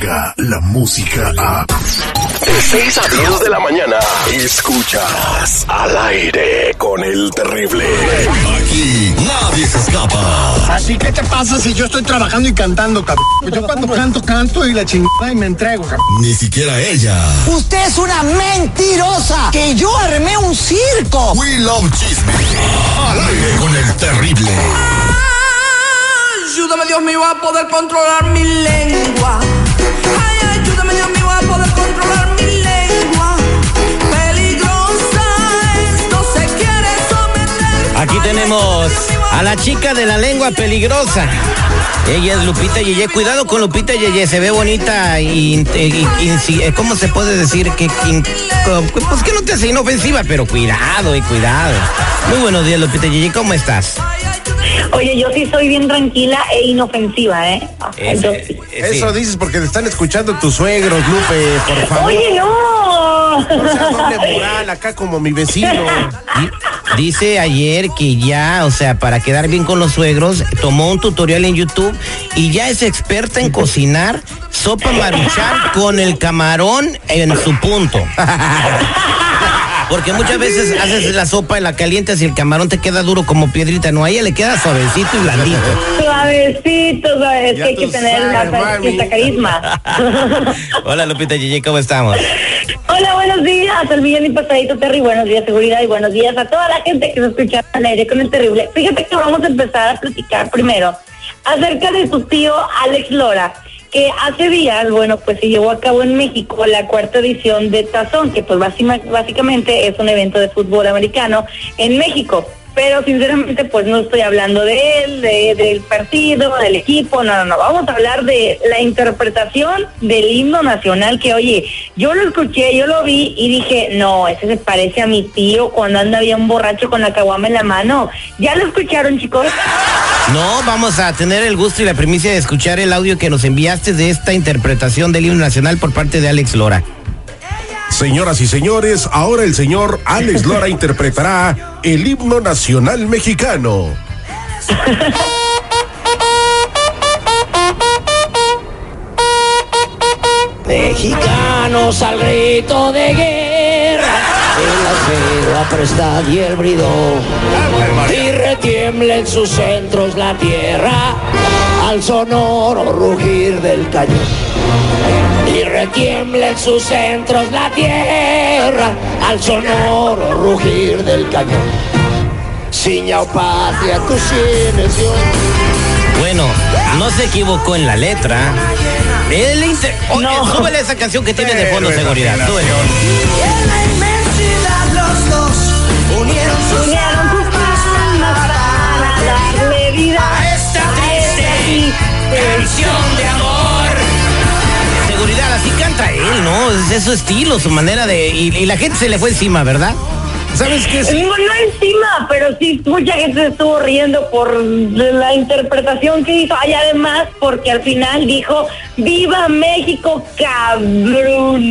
Llega la música a... De 6 a 10 de la mañana, escuchas Al Aire con el Terrible. Aquí nadie se escapa. Así que te pasa si yo estoy trabajando y cantando, cabrón. Pues yo cuando canto y la chingada y me entrego, cabrón. Ni siquiera ella. Usted es una mentirosa, que yo armé un circo. We Love Chisme. Al Aire con el Terrible. Ayúdame, Dios mío, a poder controlar mi lengua. Ay, ayúdame, Dios mío, a poder controlar mi lengua. Peligrosa, esto se quiere someter. Aquí tenemos a la chica de la lengua peligrosa. Ella es Lupita Yeye. Cuidado con Lupita Yeye, se ve bonita y ¿cómo se puede decir? Pues que no te hace inofensiva, pero cuidado. Muy buenos días, Lupita Yeye, ¿cómo estás? Oye, yo sí soy bien tranquila e inofensiva, ¿eh? Eso dices porque te están escuchando tus suegros, Lupe, por favor. Oye, no. O sea, doble moral acá como mi vecino. Dice ayer que ya, o sea, para quedar bien con los suegros, tomó un tutorial en YouTube y ya es experta en cocinar sopa maruchan con el camarón en su punto. Porque muchas veces haces la sopa y la calientas y el camarón te queda duro como piedrita, no, a ella le queda suavecito y blandito. Suavecito, es que hay que tener esta carisma. Hola, Lupita Yeye, ¿cómo estamos? Hola, buenos días, al millón y pasadito, Terry, buenos días, seguridad, y buenos días a toda la gente que se escucha Al Aire con el Terrible. Fíjate que vamos a empezar a platicar primero acerca de tu tío Alex Lora, que hace días, bueno, pues se llevó a cabo en México la 4ª edición de Tazón, que pues básicamente es un evento de fútbol americano en México. Pero sinceramente pues no estoy hablando de él, del partido, del equipo, no, vamos a hablar de la interpretación del himno nacional que, oye, yo lo escuché, yo lo vi y dije, no, ese se parece a mi tío cuando anda bien borracho con la caguama en la mano. ¿Ya lo escucharon, chicos? No, vamos a tener el gusto y la primicia de escuchar el audio que nos enviaste de esta interpretación del himno nacional por parte de Alex Lora. Señoras y señores, ahora el señor Alex Lora interpretará el himno nacional mexicano. Mexicanos al grito de guerra, el acero apresta y el bridón, y retiembla en sus centros la tierra al sonoro rugir del cañón. Y retiembla en sus centros la tierra al sonoro rugir del cañón. Ciña o patria, tú tienes Dios. Bueno, no se equivocó en la letra. No. Súbele esa canción que tienes de fondo, seguridad. Súbele. Y en la inmensidad los dos unieron sus almas para darle vida a esta triste canción de amor. Seguridad, así canta él, ¿no? Es su estilo, su manera de... Y la gente se le fue encima, ¿verdad? ¿Sabes qué? No encima, pero sí mucha gente se estuvo riendo por la interpretación que hizo. Y además porque al final dijo, ¡Viva México, cabrón!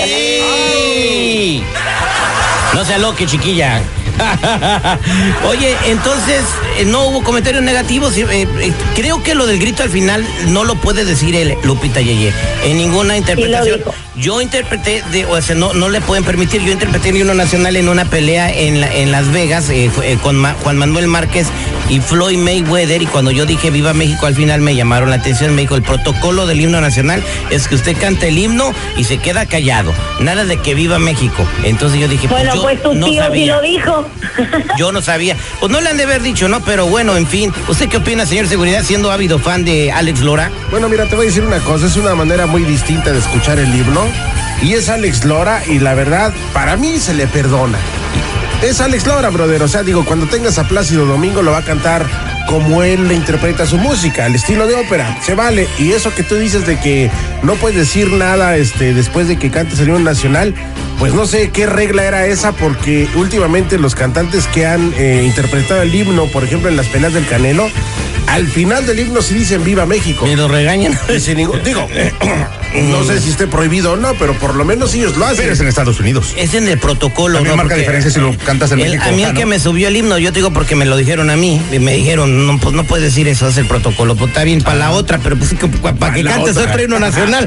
¡Ey! No se aloque, chiquilla. Oye, entonces, no hubo comentarios negativos. Creo que lo del grito al final no lo puede decir él, Lupita Yeye, en ninguna interpretación. Yo interpreté, no le pueden permitir, yo interpreté el himno nacional en una pelea en Las Vegas con Juan Manuel Márquez y Floyd Mayweather, y cuando yo dije Viva México al final me llamaron la atención, me dijo, el protocolo del himno nacional es que usted canta el himno y se queda callado, nada de que Viva México. Entonces yo dije, bueno, pues tu tío sí lo dijo. Yo no sabía, pues no le han de haber dicho, ¿no? Pero bueno, en fin, ¿usted qué opina, señor Seguridad, siendo ávido fan de Alex Lora? Bueno, mira, te voy a decir una cosa, es una manera muy distinta de escuchar el himno, y es Alex Lora, y la verdad, para mí se le perdona. Es Alex Lora, brother, o sea, digo, cuando tengas a Plácido Domingo lo va a cantar como él le interpreta su música, al estilo de ópera, se vale. Y eso que tú dices de que no puedes decir nada después de que cantes el himno nacional, pues no sé qué regla era esa, porque últimamente los cantantes que han interpretado el himno, por ejemplo en las peleas del Canelo, Al final del himno sí dicen Viva México. Me lo regañan. Dice digo, no sé si esté prohibido o no, pero por lo menos ellos lo hacen. Pero es en Estados Unidos. Es en el protocolo. También marca Porque diferencia si lo cantas en México. A mí el que me subió el himno, yo te digo porque me lo dijeron a mí. Me dijeron, no, pues no puedes decir eso, es el protocolo. Pues está bien para la otra, pero pues para que cantes otro himno nacional.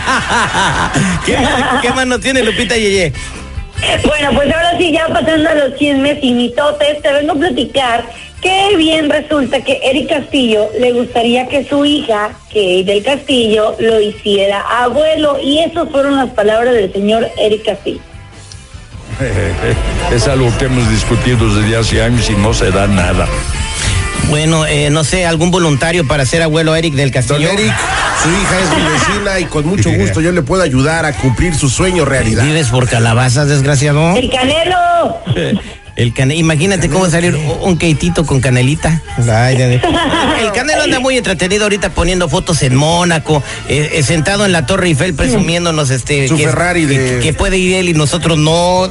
¿Qué más nos tiene Lupita Yeye? Bueno, pues ahora sí, ya pasando a los chismes y mitotes, te vengo a platicar que bien resulta que Eric Castillo le gustaría que su hija, Kate del Castillo, lo hiciera abuelo, y esas fueron las palabras del señor Eric Castillo. Es algo que hemos discutido desde hace años y no se da nada. Bueno, no sé, algún voluntario para ser abuelo Eric del Castillo. Don Eric, su hija es mi vecina y con mucho gusto yo le puedo ayudar a cumplir su sueño realidad. ¿Vives por calabazas, desgraciado? ¡El Canelo! Imagínate cómo salir un queitito con canelita. Ay, el Canelo anda muy entretenido ahorita poniendo fotos en Mónaco, sentado en la Torre Eiffel presumiéndonos su Ferrari que puede ir él y nosotros no.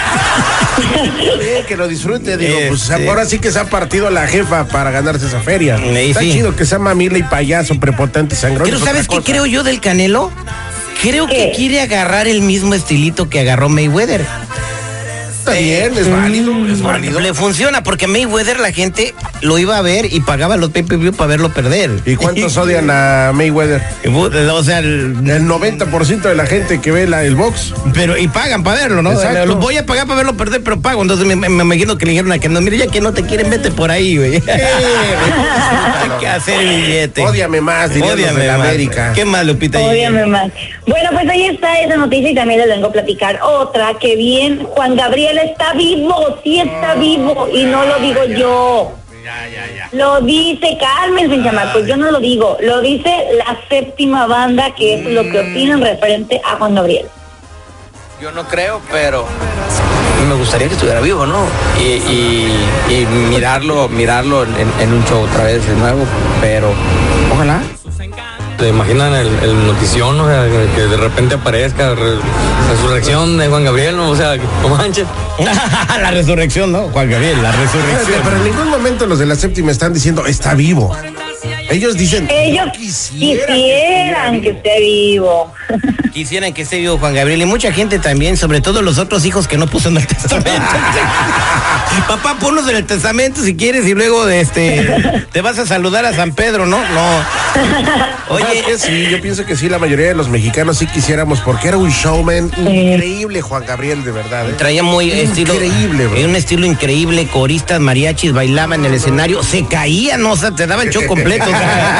Que lo disfrute, digo, pues ahora sí que se ha partido la jefa para ganarse esa feria. Está chido que sea mamila y payaso, prepotente y sangrón. Pero ¿sabes qué creo yo del Canelo? Creo que quiere agarrar el mismo estilito que agarró Mayweather. Está bien, es válido. Le funciona porque Mayweather la gente lo iba a ver y pagaba los pay-per-view para verlo perder. ¿Y cuántos odian a Mayweather? O sea, el 90% de la gente que ve el box. Pero y pagan para verlo, ¿no? Exacto. Lo voy a pagar para verlo perder, pero pago. Entonces me imagino que le dijeron a que no, mire, ya que no te quieren, vete por ahí, güey. Hay que hacer billete. Ódiame más, diríamos de América. ¿Qué más, Lupita? Ódiame más. Bueno, pues ahí está esa noticia y también les vengo a platicar otra, que bien Juan Gabriel está vivo, sí está vivo, y no lo digo yo. Lo dice, cálmense, chamacos, yo no lo digo, lo dice la séptima banda, que es lo que opinan referente a Juan Gabriel. Yo no creo, pero me gustaría que estuviera vivo, ¿no? Y mirarlo en un show otra vez de nuevo, pero ojalá. ¿Te imaginan el notición, o sea, que de repente aparezca resurrección de Juan Gabriel, ¿no? O sea, no manches. La resurrección, ¿no? Juan Gabriel, la resurrección. Pero en ningún momento los de la séptima están diciendo está vivo. Ellos dicen ellos quisieran que esté vivo. Quisieran que esté vivo Juan Gabriel, y mucha gente también, sobre todo los otros hijos que no puso en el testamento. Papá, ponlos en el testamento si quieres, y luego te vas a saludar a San Pedro, ¿no? No. Oye, que sí, yo pienso que sí, la mayoría de los mexicanos sí quisiéramos, porque era un showman increíble, Juan Gabriel, de verdad. Traía muy increíble, bro. Un estilo increíble, coristas, mariachis, bailaba en el escenario, se caía, no, o sea, te daba el show completo.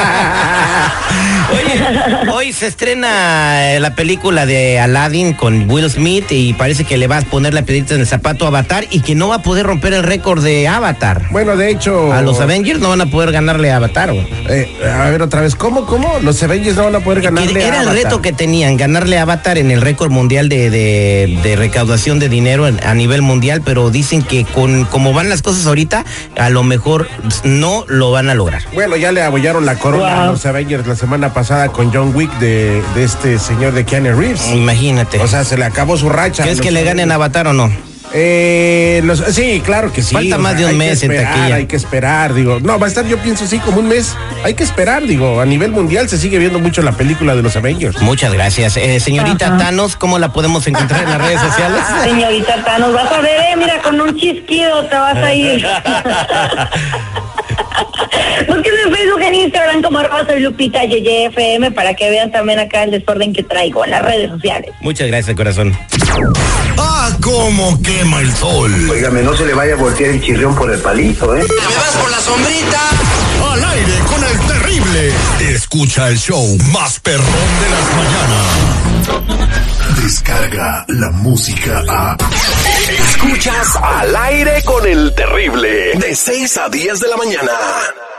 Oye, hoy se estrena la película de Aladdin con Will Smith, y parece que le va a poner la piedrita en el zapato a Avatar, y que no va a poder romper el récord de Avatar. Bueno, de hecho, a los Avengers no van a poder ganarle a Avatar, güey. A ver otra vez, ¿cómo? Los Avengers no van a poder ganarle a Avatar. Era el reto que tenían, ganarle a Avatar en el récord mundial de recaudación de dinero a nivel mundial, pero dicen que como van las cosas ahorita, a lo mejor no lo van a lograr. Bueno, ya le abollaron la corona a los Avengers la semana pasada con John Wick de este señor de Keanu Reeves. Imagínate. O sea, se le acabó su racha. ¿Crees que le ganen a Avatar o no? Sí, claro que sí. Falta más de un mes en taquilla. Hay que esperar, digo. No, va a estar, yo pienso, sí, como un mes. Hay que esperar, digo. A nivel mundial se sigue viendo mucho la película de los Avengers. Muchas gracias. Señorita Thanos, ¿cómo la podemos encontrar en las redes sociales? Señorita Thanos, vas a ver, mira, con un chisquido te vas a ir. Búsquenme en Facebook, en Instagram como @soy Lupita Yeye FM, para que vean también acá el desorden que traigo en las redes sociales. Muchas gracias, corazón. ¡Ah, cómo quema el sol! Óigame, no se le vaya a voltear el chirrión por el palito, ¿eh? ¡Me vas por la sombrita! ¡Al aire con el terrible! Escucha el show más perrón de las mañanas. Descarga la música a... Escuchas Al Aire con el Terrible, de 6 a 10 de la mañana.